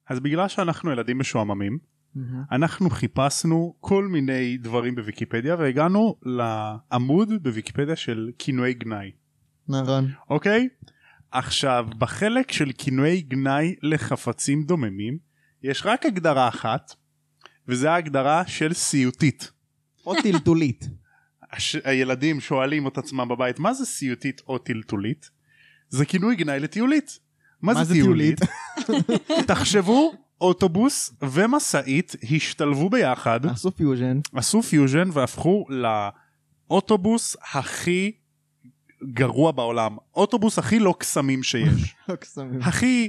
אז בגלל שאנחנו ילדים משועממים, אנחנו חיפשנו כל מיני דברים בוויקיפדיה, והגענו לעמוד בוויקיפדיה של כינויי גנאי. נכון. אוקיי? עכשיו, בחלק של כינויי גנאי לחפצים דוממים, יש רק הגדרה אחת, וזה ההגדרה של סיוטית. או טלטולית. הילדים שואלים את עצמם בבית, מה זה סיוטית או טלטולית? זה כינוי גנאי לטיולית. מה זה טיולית? תחשבו, אוטובוס ומסעית השתלבו ביחד. עשו פיוז'ן והפכו לאוטובוס הכי גרוע בעולם. אוטובוס הכי לא קסמים שיש. הכי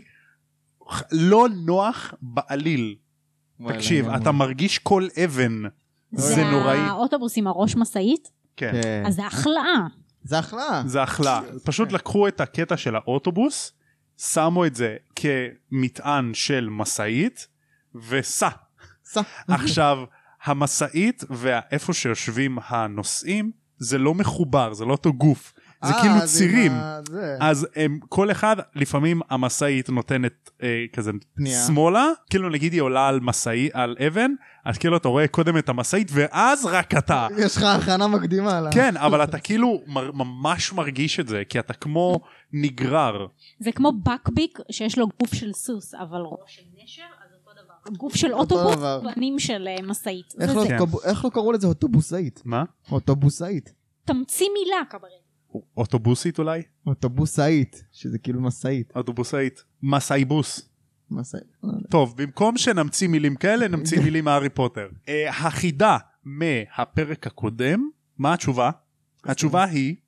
לא נוח בעליל. תקשיב, אתה מרגיש כל אבן. זה נוראי. זה האוטובוס עם הראש מסעית? כן. אז זה החלאה. זה החלאה. פשוט לקחו את הקטע של האוטובוס, שמו את זה כמטען של מסעית, וסע. עכשיו, המסעית ואיפה שיושבים הנוסעים, זה לא מחובר, זה לא אותו גוף. זה כאילו צירים. אז כל אחד, לפעמים המסעית נותנת כזה שמאלה, כאילו נגיד היא עולה על מסעית, על אבן, אז כאילו אתה רואה קודם את המסעית, ואז רק אתה. יש לך הכנה מקדימה. כן, אבל אתה כאילו ממש מרגיש את זה, כי אתה כמו נגרר. זה כמו בקביק שיש לו גוף של סוס, אבל ראש של נשר, אז אותו דבר. גוף של אוטובוס, פנים של מסעית. איך לא קראו לזה אוטובוסאית? מה? אוטובוסאית. תמציא מילה, קברט. אוטובוסית אולי? אוטובוסאית, שזה כאילו מסעית. אוטובוסאית. מסעיבוס. טוב, במקום שנמציא מילים כאלה, נמציא מילים מהארי פוטר. החידה מהפרק הקודם, מה התשובה? התשובה היא...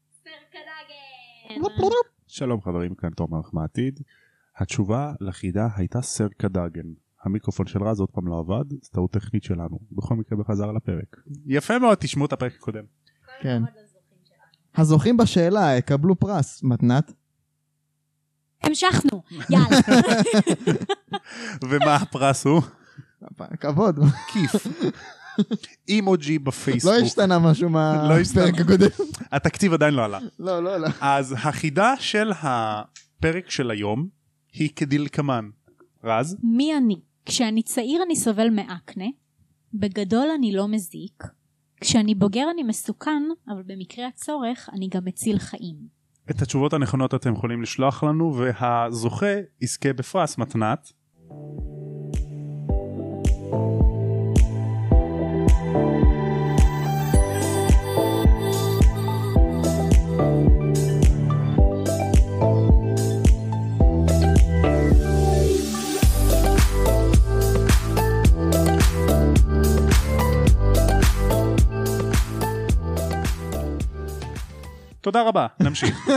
סרקדגן. שלום חברים, כאן תומר מהעתיד. התשובה לחידה הייתה סרקדגן. המיקרופון של רז עוד פעם לא עבד, זה טעות טכנית שלנו. בכל מקרה בחזרה לפרק. יפה מאוד, תשמעו את הפרק הקודם. כן. הזוכים בשאלה יקבלו פרס, מתנת. המשכנו, יאללה. ומה הפרס הוא? כבוד. כיף. אימוג'י בפייסבוק. לא השתנה משהו מהפרק הקודם. התקציב עדיין לא עלה. לא עלה. אז החידה של הפרק של היום היא כדלקמן. רז? מי אני? כשאני צעיר אני סובל מאקנה, בגדול אני לא מזיק, כשאני בוגר אני מסוכן, אבל במקרה הצורך אני גם מציל חיים. את התשובות הנכונות אתם יכולים לשלוח לנו, והזוכה יזכה בפרס מתנת. תודה רבה, נמשיך.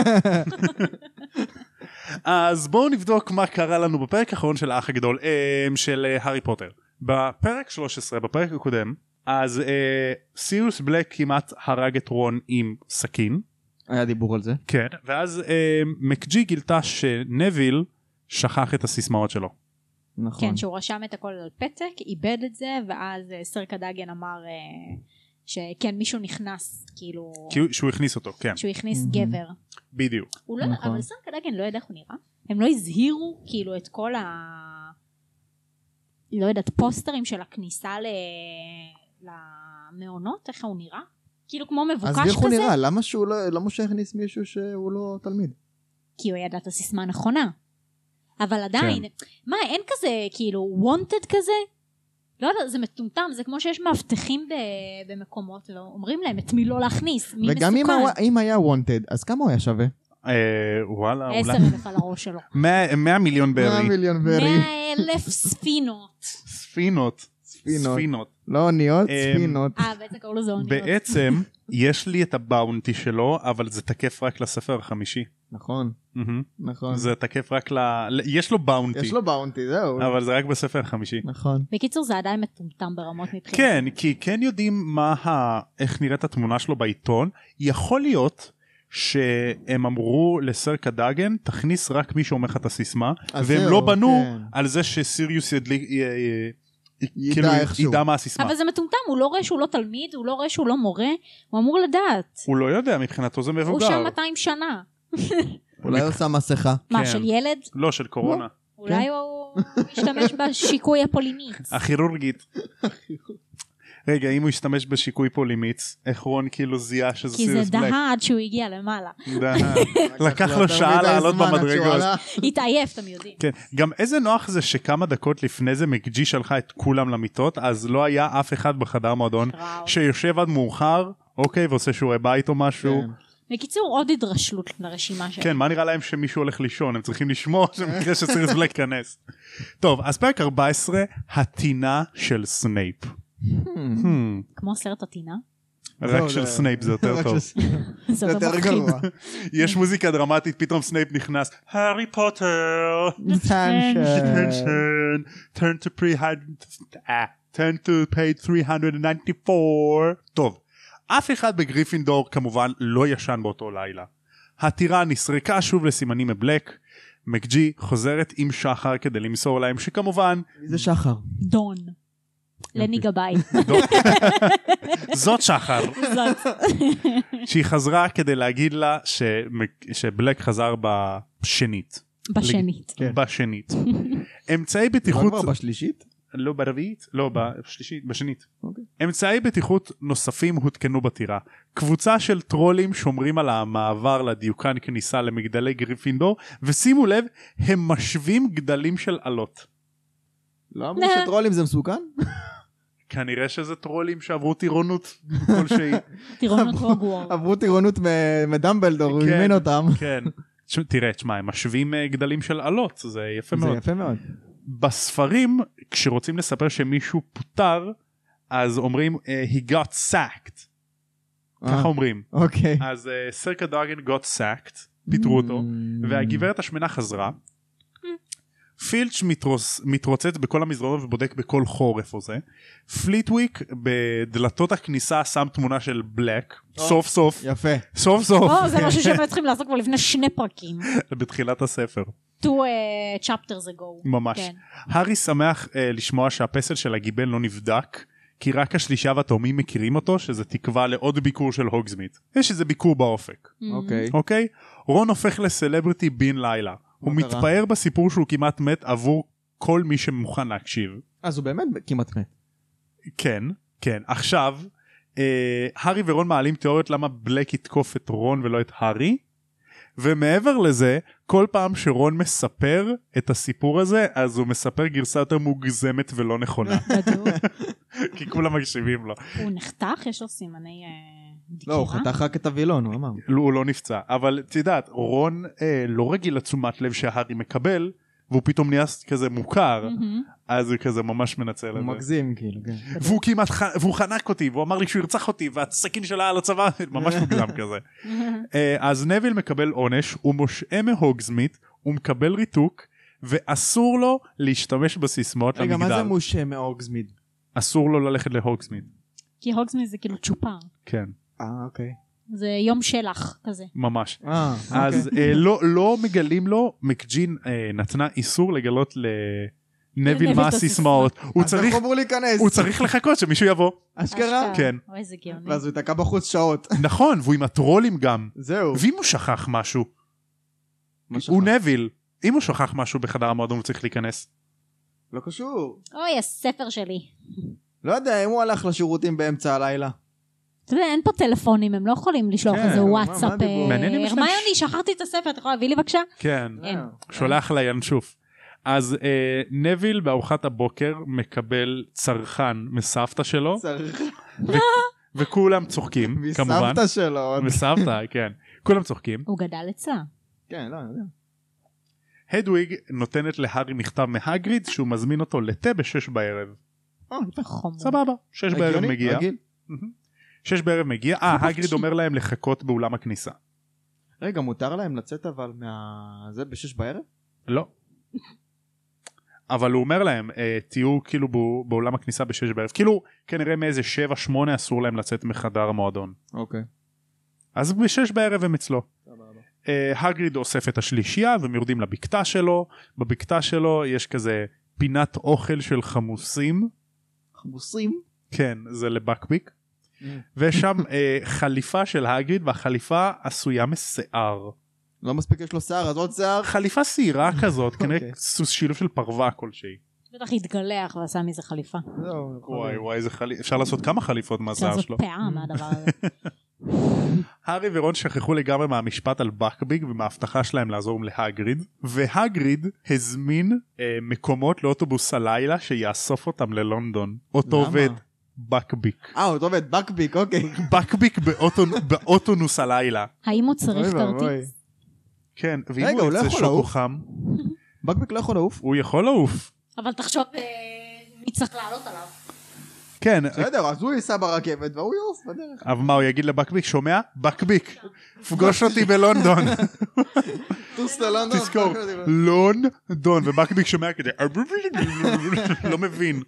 אז בואו נבדוק מה קרה לנו בפרק האחרון של האח הגדול, של הארי פוטר. בפרק 13, בפרק הקודם, אז סיריוס בלק כמעט הרג את רון עם סכין. היה דיבור על זה. כן, ואז מקג'י גילתה שנביל שכח את הסיסמאות שלו. נכון. כן, שהוא רשם את הכל על פתק, איבד את זה, ואז סרקדגן אמר שכן, מישהו נכנס, כאילו... שהוא הכניס אותו, כן. שהוא הכניס גבר. בדיוק. אבל סרקדגן לא יודע איך הוא נראה. הם לא הזהירו, כאילו, את כל לא יודעת, פוסטרים של הכניסה למעונות, איך הוא נראה? כאילו כמו מבוקש כזה. אז איך הוא נראה? למה שהוא הכניס מישהו שהוא לא תלמיד? כי הוא ידע את הסיסמה הנכונה. אבל עדיין, מה, אין כזה, כאילו, wanted כזה? לא יודע, זה מטומטם, זה כמו שיש מאבטחים במקומות, ואומרים להם את מי לא להכניס, מי מסוכן. וגם אם היה wanted, אז כמה הוא היה שווה? וואלה, 10,000 על הראש שלו. 100 מיליון ברי. 100 מיליון ברי. 100,000 ספינות. ספינות. לא אוניות, ספינות. בעצם קראו לזה אוניות. בעצם, יש לי את הבאונטי שלו, אבל זה תקף רק לספר החמישי. נכון. נכון. זה תקף רק יש לו באונטי. יש לו באונטי, זהו. אבל זה רק בספר החמישי. נכון. בקיצור, זה עדיין מטומטם ברמות מבחינת. כן, כי כן יודעים איך נראית התמונה שלו בעיתון. יכול להיות שהם אמרו לסרקדגן, תכניס רק מי שאומר לך את הסיסמה, והם לא בנו על זה שסיריוס ידע מה הסיסמה. אבל זה מטומטם, הוא לא רואה שהוא לא תלמיד, הוא לא רואה שהוא לא מורה, הוא אמור לדעת. הוא לא יודע, מבחינתו זה מבוגר. הוא שם 200 שנה. אולי הוא שם מסכה. מה, של ילד? לא, של קורונה. אולי הוא ישתמש בשיקוי הפולימיץ. הכירורגית. רגע, אם הוא ישתמש בשיקוי פולימיץ, איך רון כאילו זיהה שזה כי סיריוס זה בלק? דהה עד שהוא הגיע למעלה. לקח לו שעה לעלות במדרגות. התעייף, אתם יודעים. כן, גם איזה נוח זה שכמה דקות לפני זה מקג'י שלחה את כולם למיטות, אז לא היה אף אחד בחדר מועדון וואו. שיושב עד מאוחר, אוקיי, ועושה שיעורי בית או משהו. בקיצור, עוד התרשלות לרשימה שלנו. כן, מה נראה להם שמישהו הולך לישון? הם צריכים לשמוע שמקרה שסיריוס בלק כנס. טוב, אז פרק 14, הטינה של סנייפ. כמו סרט הטינה. רק של סנייפ זה יותר טוב. זה יותר מפחיד. גרוע. יש מוזיקה דרמטית, פתאום סנייפ נכנס, הארי פוטר, turn to page 394. טוב, אף אחד בגריפינדור כמובן לא ישן באותו לילה. הטירה נסרקה שוב לסימנים מבלק, מקג'י חוזרת עם שחר כדי למסור להם שכמובן זה שחר. דון. לני גבאי. זאת שחר, שהיא חזרה כדי להגיד לה שבלק חזר בשנית. בשנית. אמצעי לא בטיחות, כבר בשלישית? לא ברביעית, לא בשלישית, בשנית. אוקיי. אמצעי בטיחות נוספים הותקנו בטירה. קבוצה של טרולים שומרים על המעבר לדיוקן כניסה למגדלי גריפינדור, ושימו לב, הם משווים גדלים של עלות. לא אמרו שטרולים זה מסוכן? כנראה שזה טרולים שעברו טירונות כלשהי. טירונות הוגוורטס. עברו טירונות מדמבלדור, הוא אימן אותם. כן. תראה, תשמע, הם משווים גדלים של עלות, זה יפה זה מאוד. יפה מאוד. בספרים, כשרוצים לספר שמישהו פוטר, אז אומרים, he got sacked. ככה אומרים. אוקיי. אז סרקה דרגן got sacked, פיטרו אותו, והגברת השמנה חזרה. פילץ' מתרוצץ בכל המזרון ובודק בכל חור איפה זה. פליטוויק בדלתות הכניסה שם תמונה של בלק, סוף סוף. יפה. סוף סוף. זה משהו שהם צריכים לעשות כבר לפני 2 פרקים. בתחילת הספר. 2 chapters ago. ממש. הארי שמח לשמוע שהפסל של הגיבל לא נבדק, כי רק השלישה והתאומים מכירים אותו, שזה תקווה לעוד ביקור של הוגזמית. יש איזה ביקור באופק. אוקיי? רון הופך לסלבריטי בן לילה. הוא מתפאר בסיפור שהוא כמעט מת עבור כל מי שמוכן להקשיב. אז הוא באמת כמעט מת. כן, כן. עכשיו, הארי ורון מעלים תיאוריות למה בלק יתקוף את רון ולא את הארי, ומעבר לזה, כל פעם שרון מספר את הסיפור הזה, אז הוא מספר גרסה יותר מוגזמת ולא נכונה. כי כולם מקשיבים לו. הוא נחתך? יש לו סימני דקירה? לא, הוא חתך רק את הווילון, הוא אמר. הוא לא נפצע, אבל תדעת, רון לא רגיל לתשומת לב שהארי מקבל, והוא פתאום נהיה כזה מוכר, אז הוא כזה ממש מנצל את זה. הוא מגזים כאילו, כן. והוא חנק אותי, והוא אמר לי שהוא ירצח אותי, והסכין שלה על הצבא, ממש מוגזם כזה. אז נביל מקבל עונש, הוא מושעה מהוגזמית, הוא מקבל ריתוק, ואסור לו להשתמש בסיסמאות למגדל. רגע, מה זה מושעה מהוגזמיד? אסור לו ללכת להוגזמיד. כי הוגזמיד זה כאילו צ'ופר. כן. אוקיי. זה יום שלח כזה. ממש. אז לא מגלים לו, מקג'ין נתנה איסור לגלות לנביל מה הסיסמאות. הוא צריך לחכות שמישהו יבוא. אשכרה? כן. אוי, זה גאוני. ואז הוא יתקע בחוץ שעות. נכון, והוא עם הטרולים גם. זהו. ואם הוא שכח משהו, הוא נביל. אם הוא שכח משהו בחדר המועדון הוא צריך להיכנס. לא קשור. אוי, הספר שלי. לא יודע, אם הוא הלך לשירותים באמצע הלילה. אתה יודע, אין פה טלפונים, הם לא יכולים לשלוח איזה וואטסאפ. הרמיוני, שכחתי את הספר, אתה יכול להביא לי בבקשה? כן, שולח לינשוף. אז נביל בארוחת הבוקר מקבל צרכן מסבתא שלו. וכולם צוחקים, כמובן. מסבתא שלו. מסבתא, כן. כולם צוחקים. הוא גדל אצלה. כן, לא, אני יודע. הדוויג נותנת להארי מכתב מהגריד שהוא מזמין אותו לתה ב6 בערב. סבבה, 6 בערב מגיע. 6 בערב מגיע, הגריד אומר להם לחכות באולם הכניסה. רגע, מותר להם לצאת אבל זה ב6 בערב? לא. אבל הוא אומר להם, תהיו כאילו באולם הכניסה ב6 בערב. כאילו, כנראה מאיזה 7-8 אסור להם לצאת מחדר המועדון. אוקיי. אז ב6 בערב הם אצלו. הגריד אוסף את השלישייה והם יורדים לבקתה שלו. בבקתה שלו יש כזה פינת אוכל של חמוסים. חמוסים? כן, זה לבקביק. ויש שם חליפה של הגריד והחליפה עשויה משיער. לא מספיק יש לו שיער, אז עוד שיער. חליפה שעירה כזאת, כנראה שילוב של פרווה כלשהי. בטח התגלח ועשה מזה חליפה. וואי, איזה חליפה. אפשר לעשות כמה חליפות מהשיער שלו. זאת פאה מהדבר הזה. הארי ורון שכחו לגמרי מהמשפט על בקביג ומההבטחה שלהם לעזור להגריד, והגריד הזמין מקומות לאוטובוס הלילה שיאסוף אותם ללונדון. אותו עובד בקביק. אותו עובד בקביק, אוקיי. בקביק באוטונוס הלילה. האם הוא צריך כרטיס? כן, ואם הוא יוצא שוקו חם? בקביק לא יכול לעוף? הוא יכול לעוף. אבל תחשוב מי צריך לעלות עליו. כן. בסדר, אז הוא ייסע ברכבת והוא יעוף בדרך. אבל מה, הוא יגיד לבקביק, שומע? בקביק, פגוש אותי בלונדון. טוס ללונדון. תזכור, לונדון, ובקביק שומע כדי, לא מבין.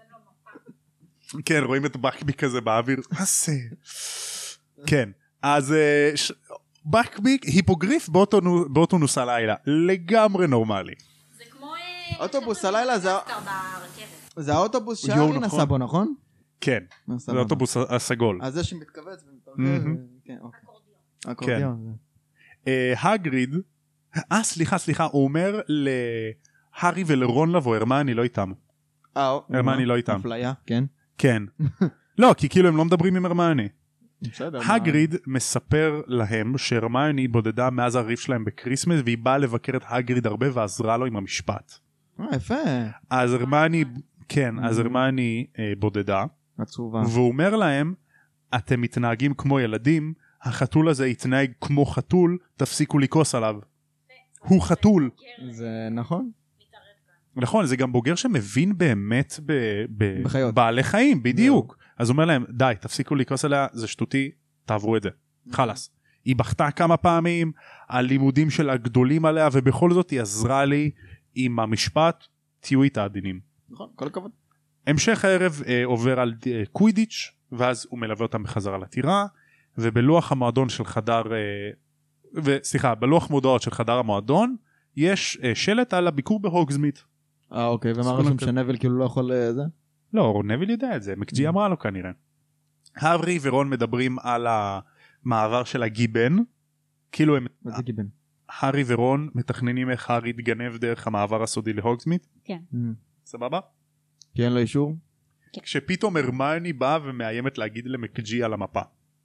כן, רואים את בקביק כזה באוויר. מה זה? כן, אז בקביק היפוגריף באוטונוס הלילה, לגמרי נורמלי. זה כמו... אוטובוס הלילה זה האוטובוס שהארי נסע בו, נכון? כן, זה האוטובוס הסגול. אז זה שמתכווץ ומתרחב. כן, אוקיי. אקורדיון. הגריד, סליחה, הוא אומר להרי ולרון לבוא, הרמיוני לא איתם. הרמיוני לא איתם. אפליה, כן. כן. לא, כי כאילו הם לא מדברים עם הרמיוני. הגריד מספר להם שהרמיוני בודדה מאז הריב שלהם בקריסמס, והיא באה לבקר את הגריד הרבה ועזרה לו עם המשפט. יפה. אז הרמיוני בודדה. עצובה. והוא אומר להם, אתם מתנהגים כמו ילדים, החתול הזה יתנהג כמו חתול, תפסיקו לכעוס עליו. הוא חתול. זה נכון. נכון, זה גם בוגר שמבין באמת בבעלי חיים, בדיוק. אז הוא אומר להם, די, תפסיקו לכעוס עליה, זה שטותי, תעברו את זה. חלס. היא בכתה כמה פעמים, הלימודים של הגדולים עליה, ובכל זאת היא עזרה לי עם המשפט, תהיו איתה עדינים. נכון, כל הכבוד. המשך הערב עובר על קווידיץ', ואז הוא מלווה אותם בחזרה לטירה, ובלוח המועדון של בלוח מודעות של חדר המועדון, יש שלט על הביקור בהוגזמית. אוקיי, ומה רשום שנביל כאילו לא יכול זה? לא, נביל יודע את זה, מקג'י אמרה לו כנראה. הארי ורון מדברים על המעבר של הגיבן, כאילו הם... מה זה גיבן? הארי ורון מתכננים איך הארי יתגנב דרך המעבר הסודי להוגזמית. כן. סבבה? כי אין לו אישור? כשפתאום הרמיוני באה ומאיימת להגיד למקג'י על המפה.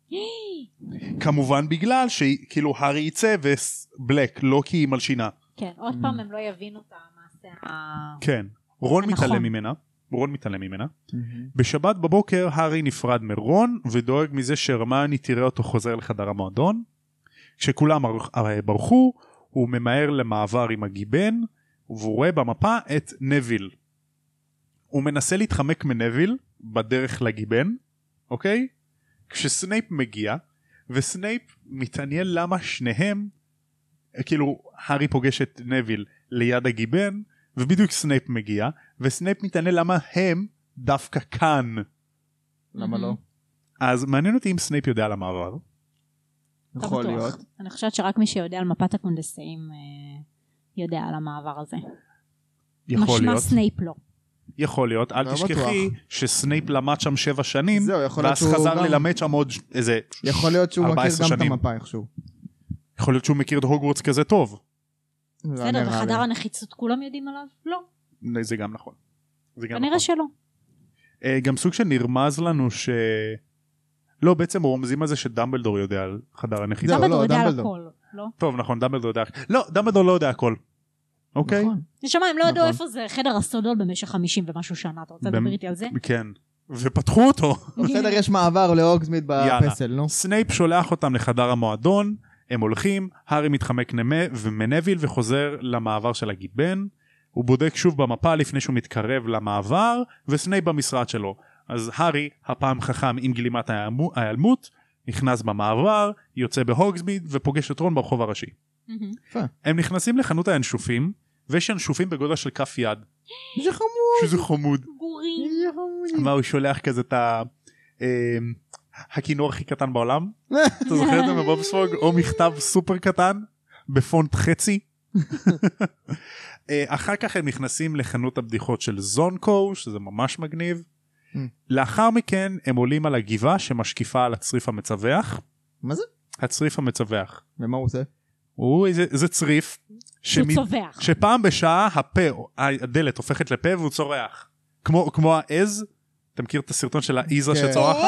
כמובן בגלל שכאילו הארי יצא ובלק, לא כי היא מלשינה. כן, עוד פעם הם לא יבינו את המעשה. כן, רון מתעלם ממנה. בשבת בבוקר הארי נפרד מרון ודואג מזה שהרמיוני תראה אותו חוזר לחדר המועדון. כשכולם ברחו, הוא ממהר למעבר עם הגיבן, והוא רואה במפה את נביל. הוא מנסה להתחמק מנביל בדרך לגיבן, אוקיי? כשסנייפ מגיע, וסנייפ מתעניין למה שניהם, כאילו הארי פוגש את נביל ליד הגיבן, ובדיוק סנייפ מגיע, וסנייפ מתעניין למה הם דווקא כאן. למה לא? אז מעניין אותי אם סנייפ יודע על המעבר. יכול להיות. אני חושבת שרק מי שיודע על מפת הקונדסאים יודע על המעבר הזה. יכול להיות. משמע סנייפ לא. יכול להיות, אל תשכחי שסנייפ למד שם 7 שנים, ואז חזר ללמד שם עוד איזה 14 שנים. יכול להיות שהוא מכיר גם את המפה איכשהו. יכול להיות שהוא מכיר את הוגוורטס כזה טוב. בסדר, בחדר הנחיצות כולם יודעים עליו? לא. זה גם נכון. כנראה שלא. גם סוג שנרמז לנו ש... לא, בעצם רומזים על זה שדמבלדור יודע על חדר הנחיצות. דמבלדור יודע על הכל, לא? טוב, נכון, דמבלדור יודע... לא, דמבלדור לא יודע הכל. אוקיי? נשמע, הם לא ידעו איפה זה חדר הסודות במשך 50 ומשהו שנה, אתה רוצה לדבר איתי על זה? כן, ופתחו אותו. בסדר, יש מעבר להוגזמית בפסל, לא? סנייפ שולח אותם לחדר המועדון, הם הולכים, הארי מתחמק מנביל וחוזר למעבר של הגיבן, הוא בודק שוב במפה לפני שהוא מתקרב למעבר, וסנייפ במשרד שלו. אז הארי, הפעם חכם עם גלימת ההיעלמות, נכנס במעבר, יוצא בהוגזמית ופוגש את רון ברחוב הראשי. הם נכנסים לחנות הינשופים, ויש ינשופים בגודל של כף יד. זה חמוד. שזה חמוד. מה הוא שולח כזה את הכינור הכי קטן בעולם? אתה זוכר את זה מבובספוג? או מכתב סופר קטן, בפונט חצי. אחר כך הם נכנסים לחנות הבדיחות של זונקו, שזה ממש מגניב. לאחר מכן הם עולים על הגבעה שמשקיפה על הצריף המצווח. מה זה? הצריף המצווח. ומה הוא עושה? זה צריף. שהוא צובח. שפעם בשעה הדלת הופכת לפה והוא צורח. כמו העז, אתה מכיר את הסרטון של העיזה שצורחת?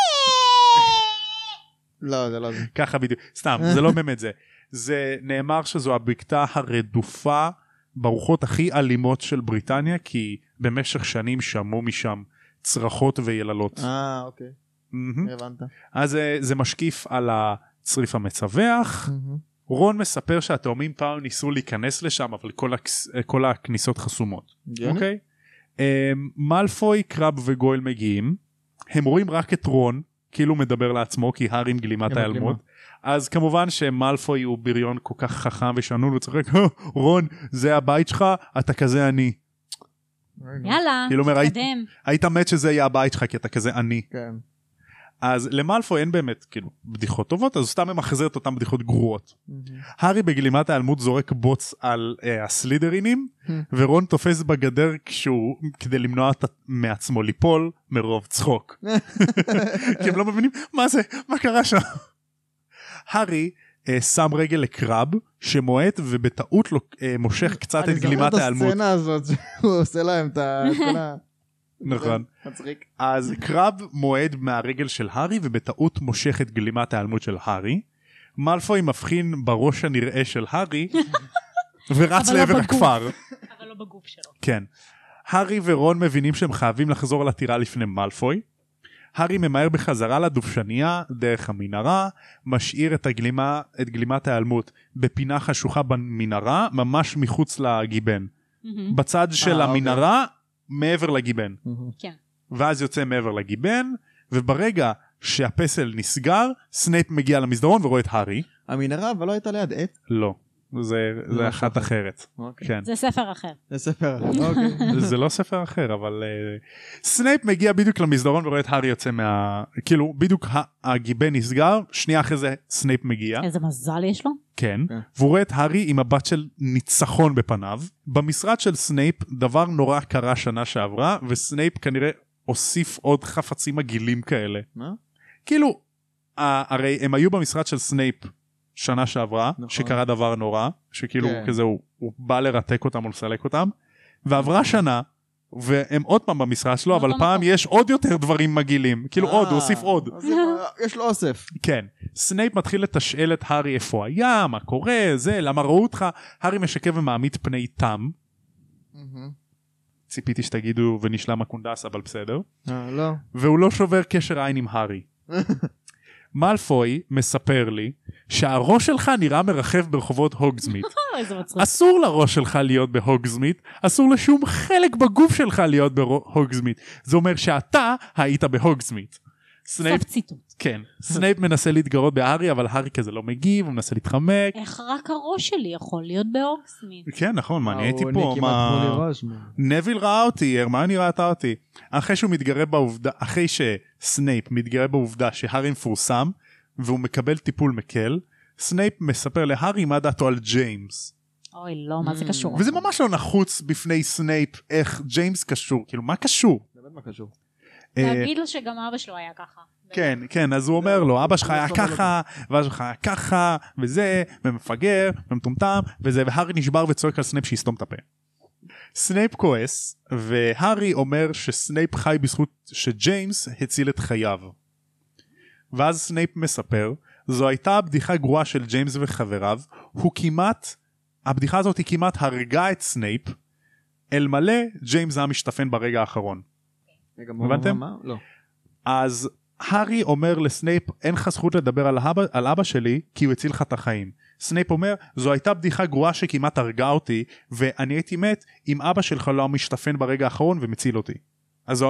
לא, זה לא זה. ככה בדיוק. סתם, זה לא באמת זה. זה נאמר שזו הבקתה הרדופה ברוחות הכי אלימות של בריטניה, כי במשך שנים שמעו משם צרחות ויללות. אוקיי. הבנת. אז זה משקיף על הצריף המצווח. רון מספר שהתאומים פעם ניסו להיכנס לשם, אבל כל הכניסות חסומות. אוקיי? מאלפוי, קרב וגויל מגיעים. הם רואים רק את רון, כאילו מדבר לעצמו, כי הארי עם גלימת ההיעלמות. אז כמובן שמאלפוי הוא בריון כל כך חכם ושנון, הוא צוחק, רון, זה הבית שלך, אתה כזה אני. יאללה, תקדם. היית מת שזה יהיה הבית שלך, כי אתה כזה אני. כן. אז למאלפוי אין באמת כאילו בדיחות טובות, אז סתם ממחזר את אותן בדיחות גרועות. הארי בגלימת ההיעלמות זורק בוץ על הסלידרינים, ורון תופס בגדר כדי למנוע מעצמו ליפול מרוב צחוק. כי הם לא מבינים מה זה, מה קרה שם. הארי שם רגל לקרב שמועט ובטעות מושך קצת את גלימת ההיעלמות. אני זוכר את הסצנה הזאת שהוא עושה להם את כל ה... נכון. אז קרב מועד מהרגל של הארי ובטעות מושך את גלימת ההיעלמות של הארי. מאלפוי מבחין בראש הנראה של הארי ורץ לעבר הכפר. אבל לא בגוף שלו. כן. הארי ורון מבינים שהם חייבים לחזור לטירה לפני מאלפוי. הארי ממהר בחזרה לדובשניה דרך המנהרה, משאיר את גלימת ההיעלמות בפינה חשוכה במנהרה, ממש מחוץ לגיבן. בצד של המנהרה, מעבר לגיבן. כן. ואז יוצא מעבר לגיבן, וברגע שהפסל נסגר, סנייפ מגיע למסדרון ורואה את הארי. המנהרה אבל לא הייתה ליד עט? לא. זה אחת אחרת. כן. זה ספר אחר. זה ספר אחר, אוקיי. זה לא ספר אחר, אבל סנייפ מגיע בדיוק למסדרון ורואה את הארי יוצא כאילו בדיוק הגיבן נסגר, שנייה אחרי זה סנייפ מגיע. איזה מזל יש לו. כן, והוא רואה את הארי עם מבט של ניצחון בפניו. במשרד של סנייפ דבר נורא קרה שנה שעברה, וסנייפ כנראה הוסיף עוד חפצים מגעילים כאלה. מה? כאילו, הרי הם היו במשרד של סנייפ שנה שעברה, שקרה דבר נורא, שכאילו כזה הוא בא לרתק אותם או לסלק אותם, ועברה שנה, והם עוד פעם במשרד שלו, אבל פעם יש עוד יותר דברים מגעילים, כאילו עוד, הוא הוסיף עוד. יש לו אוסף. כן, סנייפ מתחיל לתשאל את הארי איפה היה, מה קורה, זה, למה ראו אותך, הארי משקף ומעמיד פני תם. ציפיתי שתגידו ונשלם הקונדס, אבל בסדר. לא. והוא לא שובר קשר עין עם הארי. מאלפוי מספר לי שהראש שלך נראה מרחב ברחובות הוגזמית. אסור לראש שלך להיות בהוגזמית, אסור לשום חלק בגוף שלך להיות בהוגזמית. זה אומר שאתה היית בהוגזמית. סוף ציטוט. כן, סנייפ מנסה להתגרות בהארי, אבל הארי כזה לא מגיב, הוא מנסה להתחמק. איך רק הראש שלי יכול להיות בהוגזמית? כן, נכון, מה, אני הייתי פה, נביל ראה אותי, הרמיוני ראתה אותי. אחרי שסנייפ מתגרה בעובדה שהארי מפורסם, והוא מקבל טיפול מקל, סנייפ מספר להארי מה דעתו על ג'יימס. אוי, לא, מה זה קשור? וזה ממש לא נחוץ בפני סנייפ, איך ג'יימס קשור, כאילו, מה קשור? באמת מה קשור? להגיד לו שגם אבא שלו היה ככה. כן, כן, אז הוא אומר לו, אבא שלך היה ככה, ואבא שלך היה ככה, וזה, ומפגר, ומטומטם, וזה, והארי נשבר וצועק על סנייפ שיסתום את הפה. סנייפ כועס, והארי אומר שסנייפ חי בזכות שג'יימס הציל את חייו. ואז סנייפ מספר, זו הייתה בדיחה גרועה של ג'יימס וחבריו, הבדיחה הזאת היא כמעט הרגה את סנייפ, אלמלא ג'יימס היה משתפן ברגע האחרון. הבנתם? לא. אז הארי אומר לסנייפ, אין לך זכות לדבר על אבא שלי, כי הוא הציל לך את החיים. סנייפ אומר, זו הייתה בדיחה גרועה שכמעט הרגה אותי, ואני הייתי מת אם אבא שלך לא משתפן ברגע האחרון ומציל אותי. אז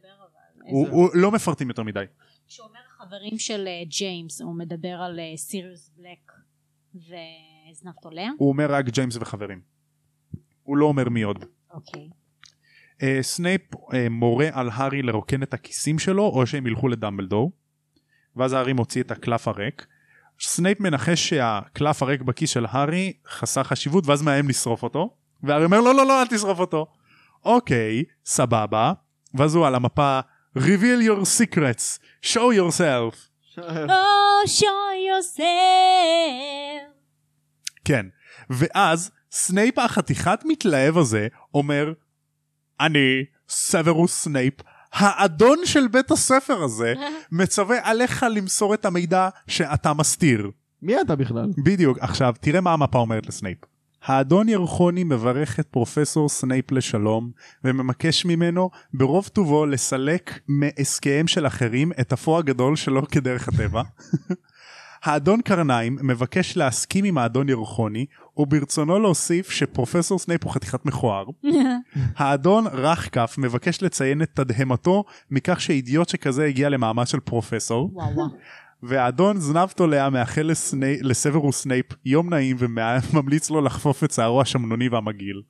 הוא לא מפרטים יותר מדי. כשהוא אומר חברים של ג'יימס, הוא מדבר על סיריוס בלק וזנב תולע? הוא אומר רק ג'יימס וחברים. הוא לא אומר מי עוד. אוקיי. סנייפ מורה על הארי לרוקן את הכיסים שלו, או שהם ילכו לדמבלדור, ואז הארי מוציא את הקלף הריק. סנייפ מנחש שהקלף הריק בכיס של הארי חסר חשיבות, ואז מאיים לשרוף אותו, והארי אומר לא, לא, לא, אל תשרוף אותו. אוקיי, סבבה, ואז הוא על המפה, reveal your secrets, show yourself. Oh, show yourself. כן. ואז סנייפ החתיכת מתלהב הזה אומר, אני סוורוס סנייפ, האדון של בית הספר הזה, מצווה עליך למסור את המידע שאתה מסתיר. מי אתה בכלל? בדיוק. עכשיו, תראה מה המפה אומרת לסנייפ. האדון ירחוני מברך את פרופסור סנייפ לשלום, וממקש ממנו ברוב טובו לסלק מעסקיהם של אחרים את אפו הגדול שלו כדרך הטבע. האדון קרניים מבקש להסכים עם האדון ירחוני, וברצונו להוסיף שפרופסור סנייפ הוא חתיכת מכוער. האדון רחקף מבקש לציין את תדהמתו מכך שאידיוט שכזה הגיע למעמד של פרופסור. והאדון זנב תולע מאחל לסוורוס סנייפ יום נעים וממליץ לו לחפוף את שערו השמנוני והמגעיל.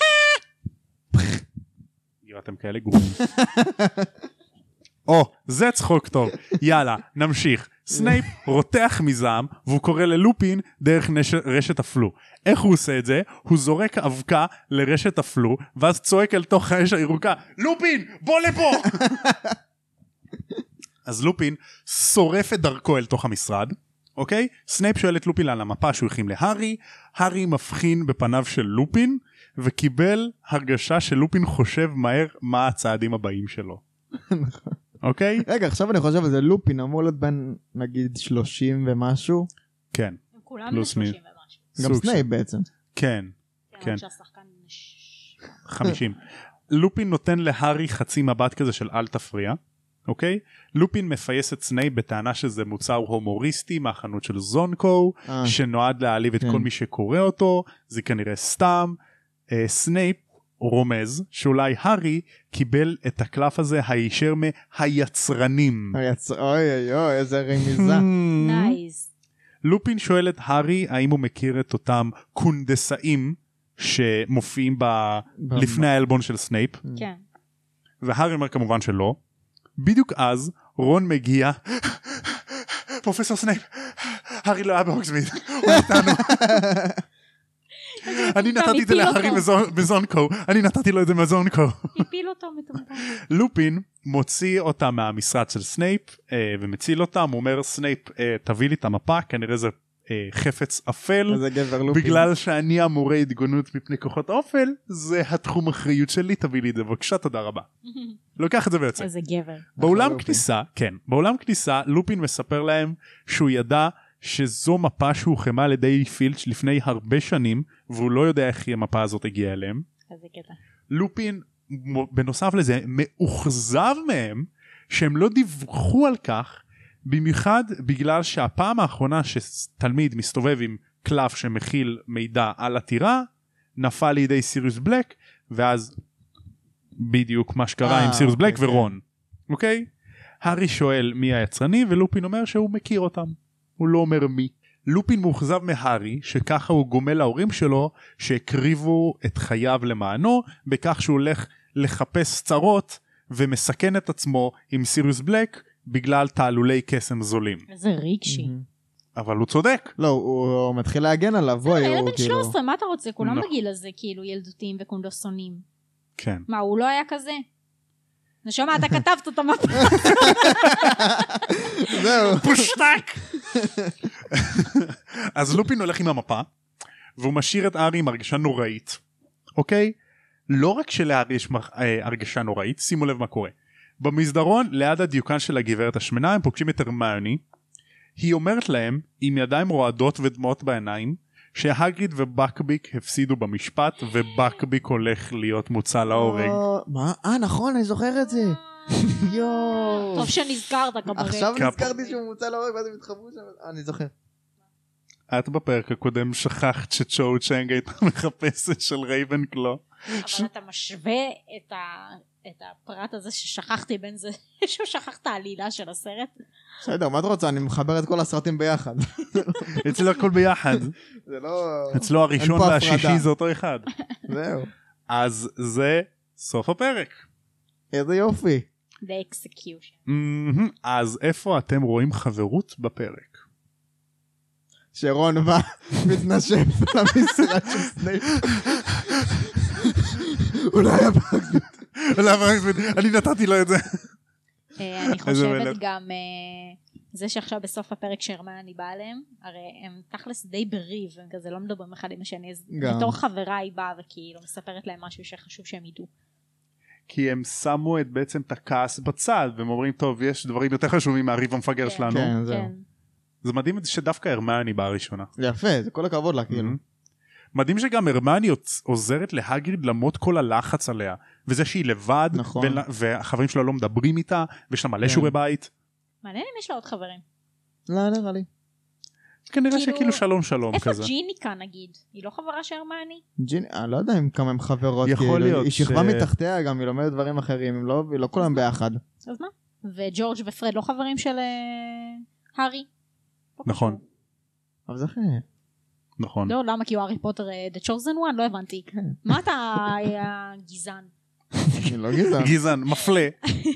אתם כאלה גרועים. זה צחוק טוב. יאללה, נמשיך. סנייפ רותח מזעם והוא קורא ללופין דרך רשת הפלו. איך הוא עושה את זה? הוא זורק אבקה לרשת הפלו ואז צועק אל תוך האש הירוקה, לופין בוא לפה. אז לופין שורף את דרכו אל תוך המשרד, אוקיי? סנייפ שואל את לופין על המפה שהוא הכין להרי, הארי מבחין בפניו של לופין וקיבל הרגשה שלופין חושב מהר מה הצעדים הבאים שלו. אוקיי? רגע, עכשיו אני חושב על זה, לופין אמור להיות בין נגיד 30 ומשהו. כן. הם כולם בין 30 ומשהו. גם סנייפ בעצם. כן. כן. 50. לופין נותן להרי חצי מבט כזה של אל תפריע. אוקיי? לופין מפייס את סנייפ בטענה שזה מוצר הומוריסטי מהחנות של זונקו, שנועד להעליב את כל מי שקורא אותו, זה כנראה סתם. סנייפ רומז שאולי הארי קיבל את הקלף הזה הישר מהיצרנים. אוי, איזה רמיזה. נייס. לופין שואל את הארי האם הוא מכיר את אותם קונדסאים שמופיעים לפני האלבון של סנייפ. כן. והארי אומר כמובן שלא. בדיוק אז רון מגיע, פרופסור סנייפ, הארי לא היה בהוגזמיד, הוא איתנו. אני נתתי את זה להארי מזונקו, אני נתתי לו את זה מזונקו. הפיל אותו מטומטם. לופין מוציא אותה מהמשרד של סנייפ ומציל אותם, הוא אומר סנייפ תביא לי את המפה, כנראה זה חפץ אפל, בגלל שאני המורה התגוננות מפני כוחות האופל, זה התחום אחריות שלי, תביא לי את זה בבקשה, תודה רבה. לוקח את זה ויוצא. איזה גבר. באולם כניסה, כן, באולם כניסה לופין מספר להם שהוא ידע שזו מפה שהוחמה על ידי פילץ' לפני הרבה שנים, והוא לא יודע איך המפה הזאת הגיעה אליהם. איזה קטע. לופין, בנוסף לזה, מאוכזב מהם, שהם לא דיווחו על כך, במיוחד בגלל שהפעם האחרונה שתלמיד מסתובב עם קלף שמכיל מידע על עתירה, נפל לידי סיריוס בלק, ואז בדיוק מה שקרה עם סיריוס בלק ורון. אוקיי? הארי שואל מי היצרני, ולופין אומר שהוא מכיר אותם. הוא לא אומר מי. לופין מאוכזב מהארי, שככה הוא גומל להורים שלו, שהקריבו את חייו למענו, בכך שהוא הולך לחפש צרות, ומסכן את עצמו עם סיריוס בלק, בגלל תעלולי קסם זולים. איזה רגשי. אבל הוא צודק. לא, הוא מתחיל להגן עליו. ילד בן 13, מה אתה רוצה? כולם בגיל הזה, כאילו, ילדותיים וקונדסונים. כן. מה, הוא לא היה כזה? נשמע, אתה כתבת את המפה. זהו. פושטק. אז לופין הולך עם המפה, והוא משאיר את הארי עם הרגשה נוראית. אוקיי? לא רק שלהארי יש הרגשה נוראית, שימו לב מה קורה. במסדרון, ליד הדיוקן של הגברת השמנה, הם פוגשים את הרמיוני. היא אומרת להם, עם ידיים רועדות ודמעות בעיניים, שהגריד ובקביק הפסידו במשפט, ובקביק הולך להיות מוצא להורג. מה? נכון, אני זוכר את זה. יואו. טוב שנזכרת כברת. עכשיו נזכרתי שהוא מוצא להורג, ואז הם התחברו שם. אני זוכר. את בפרק הקודם שכחת שצ'ו צ'נג הייתה מחפשת של רייבנקלו. אבל אתה משווה את הפרט הזה ששכחתי בין זה, שהוא שכח את העלילה של הסרט. בסדר, מה אתה רוצה? אני מחבר את כל הסרטים ביחד. אצלו הכל ביחד. זה לא... אצלו הראשון והשישי זה אותו אחד. זהו. אז זה סוף הפרק. איזה יופי. The execution. אז איפה אתם רואים חברות בפרק? שרון בא מתנשף למשרד של סנייפ. אולי אני נתתי לו את זה. אני חושבת גם זה שעכשיו בסוף הפרק שהרמיוני באה אליהם, הרי הם תכלס די בריב, הם כזה לא מדברים אחד עם השני, אז בתור חברה היא באה וכאילו מספרת להם משהו שחשוב שהם ידעו. כי הם שמו בעצם את הכעס בצד, והם אומרים, טוב, יש דברים יותר חשובים מהריב המפגר שלנו. כן, זהו. זה מדהים שדווקא הרמיוני באה ראשונה. זה יפה, זה כל הכבוד לה, כאילו. מדהים שגם הרמיוני עוזרת להגריד למרות כל הלחץ עליה, וזה שהיא לבד, והחברים שלה לא מדברים איתה, ויש לה מלא שיעורי בית. מעניין אם יש לה עוד חברים. לא, נראה לי. כנראה שכאילו שלום שלום כזה. איפה ג'יניקה נגיד? היא לא חברה של הרמיוני? אני לא יודע אם כמה הם חברות. יכול להיות. היא שכבה מתחתיה גם, היא לומדת דברים אחרים, היא לא כולם ביחד. אז מה? וג'ורג' ופרד לא חברים של הארי? נכון. אבל זה אחרי. נכון. לא, למה? כי הוא הארי פוטר The Chosen One? לא הבנתי. מה אתה גזען? לא גזען. גזען, מפלה.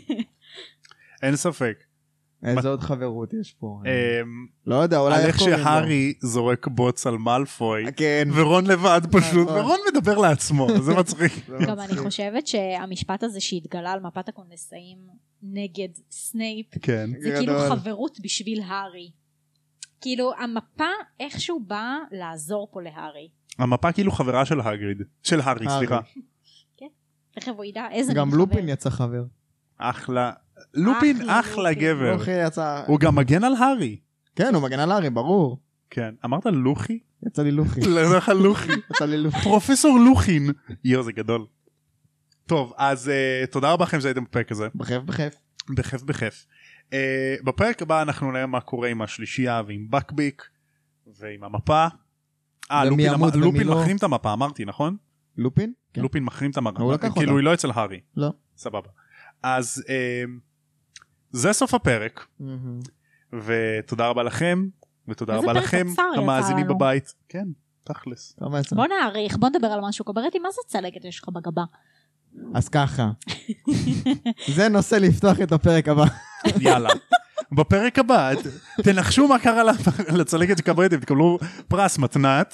אין ספק. איזה עוד חברות יש פה? לא יודע, אולי על איך שהארי זורק בוץ על מאלפוי, כן. ורון לבד פשוט, ורון מדבר לעצמו, זה מצחיק. גם אני חושבת שהמשפט הזה שהתגלה על מפת הקונדסאים נגד סנייפ, זה כאילו חברות בשביל הארי. כאילו המפה איכשהו באה לעזור פה להארי. המפה כאילו חברה של הגריד, של הארי, סליחה. כן, תכף הוא ידע איזה מחבר. גם לופין יצא חבר. אחלה. לופין אחלה גבר. יצא... הוא גם מגן על הארי. כן, הוא מגן על הארי, ברור. כן. אמרת לוחי? יצא לי לוחי. לא לך לוחי. יצא לי לוחי. פרופסור לוחין. יו, זה גדול. טוב, אז תודה רבה לכם שהייתם בפרק הזה. בכיף. בפרק הבא אנחנו נראה מה קורה עם השלישייה ועם בקביק ועם המפה. לופין מחרים את המפה, אמרתי, נכון? לופין? לופין מחרים את המפה. כאילו היא לא אצל הארי. לא. סבבה. אז זה סוף הפרק, ותודה רבה לכם, ותודה רבה לכם, המאזינים בבית. כן, תכלס. בוא נעריך, בוא נדבר על משהו קוברתי, מה זה צלקת יש לך בגבה? אז ככה, זה נושא לפתוח את הפרק הבא. יאללה, בפרק הבא, תנחשו מה קרה לצלקת שקברתי, תקבלו פרס מתנת.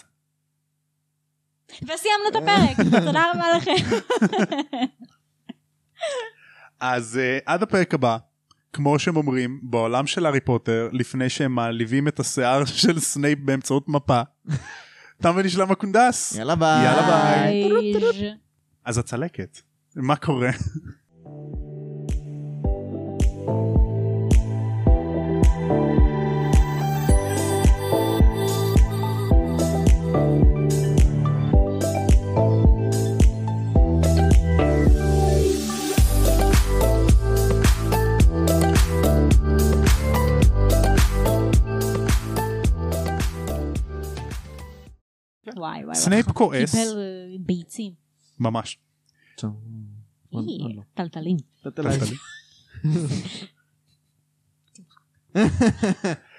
וסיימנו את הפרק, תודה רבה לכם. אז עד הפרק הבא, כמו שהם אומרים, בעולם של הארי פוטר, לפני שהם מעליבים את השיער של סנייפ באמצעות מפה, תם ונשלם הקונדס. יאללה ביי. אז הצלקת, מה קורה? סנייפ כועס. קיבל ביצים. ממש. טלטלים.